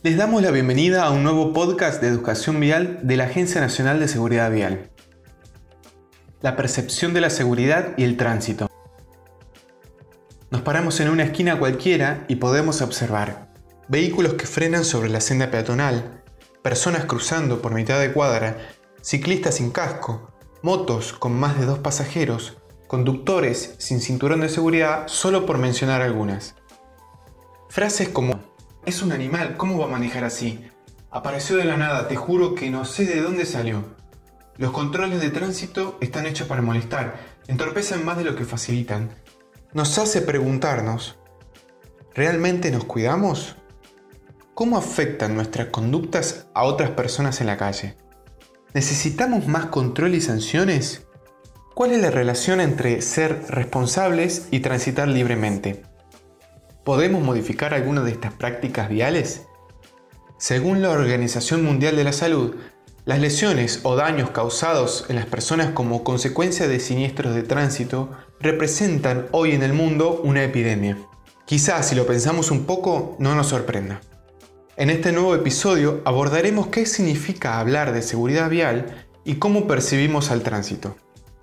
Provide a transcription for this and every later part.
Les damos la bienvenida a un nuevo podcast de educación vial de la Agencia Nacional de Seguridad Vial. La percepción de la seguridad y el tránsito. Nos paramos en una esquina cualquiera y podemos observar vehículos que frenan sobre la senda peatonal, personas cruzando por mitad de cuadra, ciclistas sin casco, motos con más de 2 pasajeros, conductores sin cinturón de seguridad, solo por mencionar algunas. Frases como: es un animal, ¿cómo va a manejar así? Apareció de la nada, te juro que no sé de dónde salió. Los controles de tránsito están hechos para molestar, entorpecen más de lo que facilitan. Nos hace preguntarnos: ¿realmente nos cuidamos? ¿Cómo afectan nuestras conductas a otras personas en la calle? ¿Necesitamos más control y sanciones? ¿Cuál es la relación entre ser responsables y transitar libremente? ¿Podemos modificar alguna de estas prácticas viales? Según la Organización Mundial de la Salud, las lesiones o daños causados en las personas como consecuencia de siniestros de tránsito representan hoy en el mundo una epidemia. Quizás, si lo pensamos un poco, no nos sorprenda. En este nuevo episodio abordaremos qué significa hablar de seguridad vial y cómo percibimos al tránsito.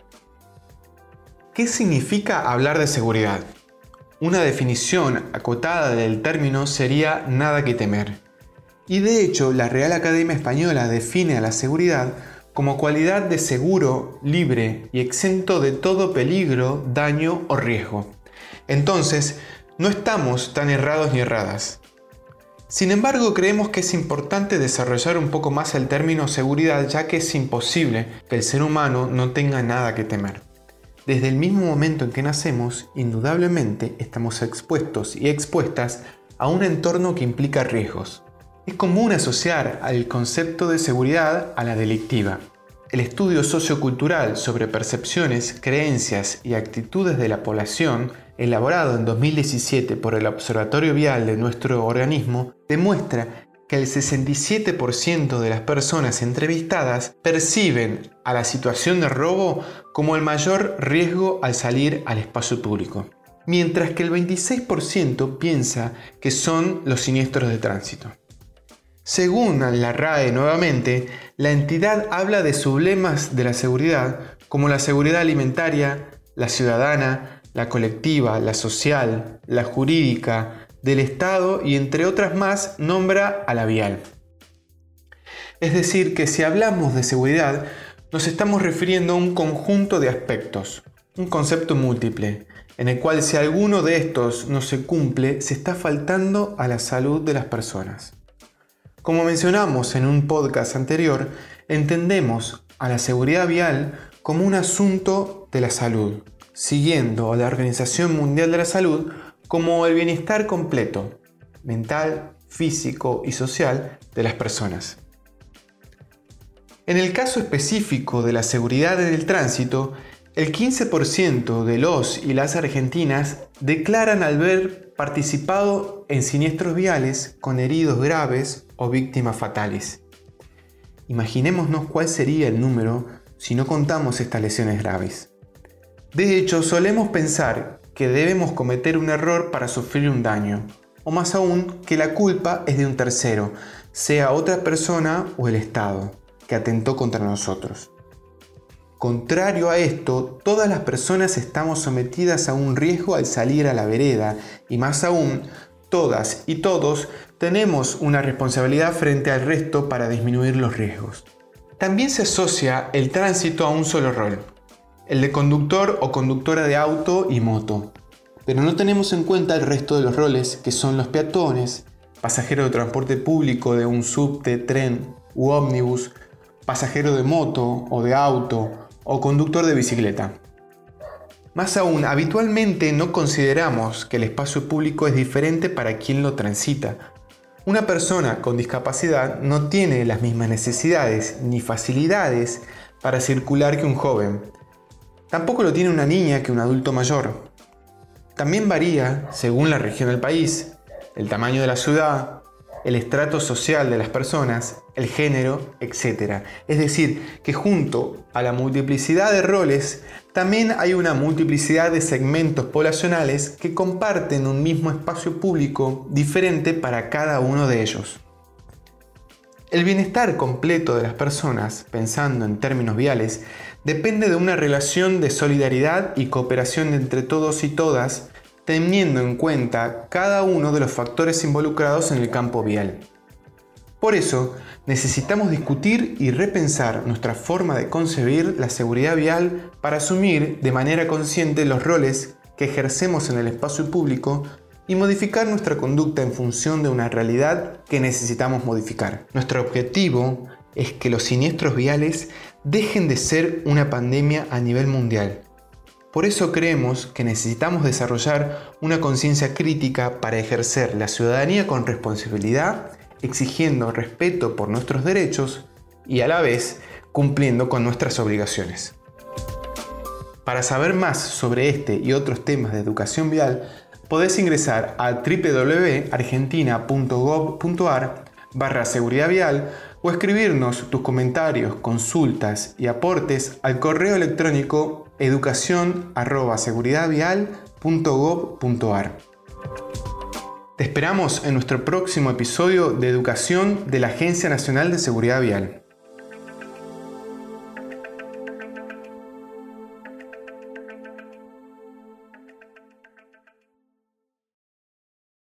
¿Qué significa hablar de seguridad? Una definición acotada del término sería nada que temer. Y de hecho, la Real Academia Española define a la seguridad como cualidad de seguro, libre y exento de todo peligro, daño o riesgo. Entonces, no estamos tan errados ni erradas. Sin embargo, creemos que es importante desarrollar un poco más el término seguridad, ya que es imposible que el ser humano no tenga nada que temer. Desde el mismo momento en que nacemos, indudablemente estamos expuestos y expuestas a un entorno que implica riesgos. Es común asociar al concepto de seguridad a la delictiva. El estudio sociocultural sobre percepciones, creencias y actitudes de la población, elaborado en 2017 por el Observatorio Vial de nuestro organismo, demuestra que el 67% de las personas entrevistadas perciben a la situación de robo como el mayor riesgo al salir al espacio público, mientras que el 26% piensa que son los siniestros de tránsito. Según la RAE nuevamente, la entidad habla de sublemas de la seguridad como la seguridad alimentaria, la ciudadana, la colectiva, la social, la jurídica, del Estado y entre otras más nombra a la vial. Es decir, que si hablamos de seguridad, nos estamos refiriendo a un conjunto de aspectos, un concepto múltiple, en el cual si alguno de estos no se cumple, se está faltando a la salud de las personas. Como mencionamos en un podcast anterior, entendemos a la seguridad vial como un asunto de la salud, siguiendo a la Organización Mundial de la Salud como el bienestar completo, mental, físico y social de las personas. En el caso específico de la seguridad en el tránsito, el 15% de los y las argentinas declaran haber participado en siniestros viales con heridos graves o víctimas fatales. Imaginémonos cuál sería el número si no contamos estas lesiones graves. De hecho, solemos pensar que debemos cometer un error para sufrir un daño, o más aún, que la culpa es de un tercero, sea otra persona o el Estado, que atentó contra nosotros. Contrario a esto, todas las personas estamos sometidas a un riesgo al salir a la vereda, y más aún, todas y todos tenemos una responsabilidad frente al resto para disminuir los riesgos. También se asocia el tránsito a un solo rol, el de conductor o conductora de auto y moto. Pero no tenemos en cuenta el resto de los roles, que son los peatones, pasajero de transporte público de un subte, tren u ómnibus, pasajero de moto o de auto o conductor de bicicleta. Más aún, habitualmente no consideramos que el espacio público es diferente para quien lo transita. Una persona con discapacidad no tiene las mismas necesidades ni facilidades para circular que un joven. Tampoco lo tiene una niña que un adulto mayor. También varía, según la región del país, el tamaño de la ciudad, el estrato social de las personas, el género, etc. Es decir, que junto a la multiplicidad de roles, también hay una multiplicidad de segmentos poblacionales que comparten un mismo espacio público diferente para cada uno de ellos. El bienestar completo de las personas, pensando en términos viales, depende de una relación de solidaridad y cooperación entre todos y todas, teniendo en cuenta cada uno de los factores involucrados en el campo vial. Por eso, necesitamos discutir y repensar nuestra forma de concebir la seguridad vial para asumir de manera consciente los roles que ejercemos en el espacio público y modificar nuestra conducta en función de una realidad que necesitamos modificar. Nuestro objetivo es que los siniestros viales dejen de ser una pandemia a nivel mundial. Por eso creemos que necesitamos desarrollar una conciencia crítica para ejercer la ciudadanía con responsabilidad, exigiendo respeto por nuestros derechos y a la vez cumpliendo con nuestras obligaciones. Para saber más sobre este y otros temas de educación vial, podés ingresar a www.argentina.gov.ar/seguridad vial o escribirnos tus comentarios, consultas y aportes al correo electrónico educacion@seguridadvial.gov.ar. Te esperamos en nuestro próximo episodio de Educación de la Agencia Nacional de Seguridad Vial.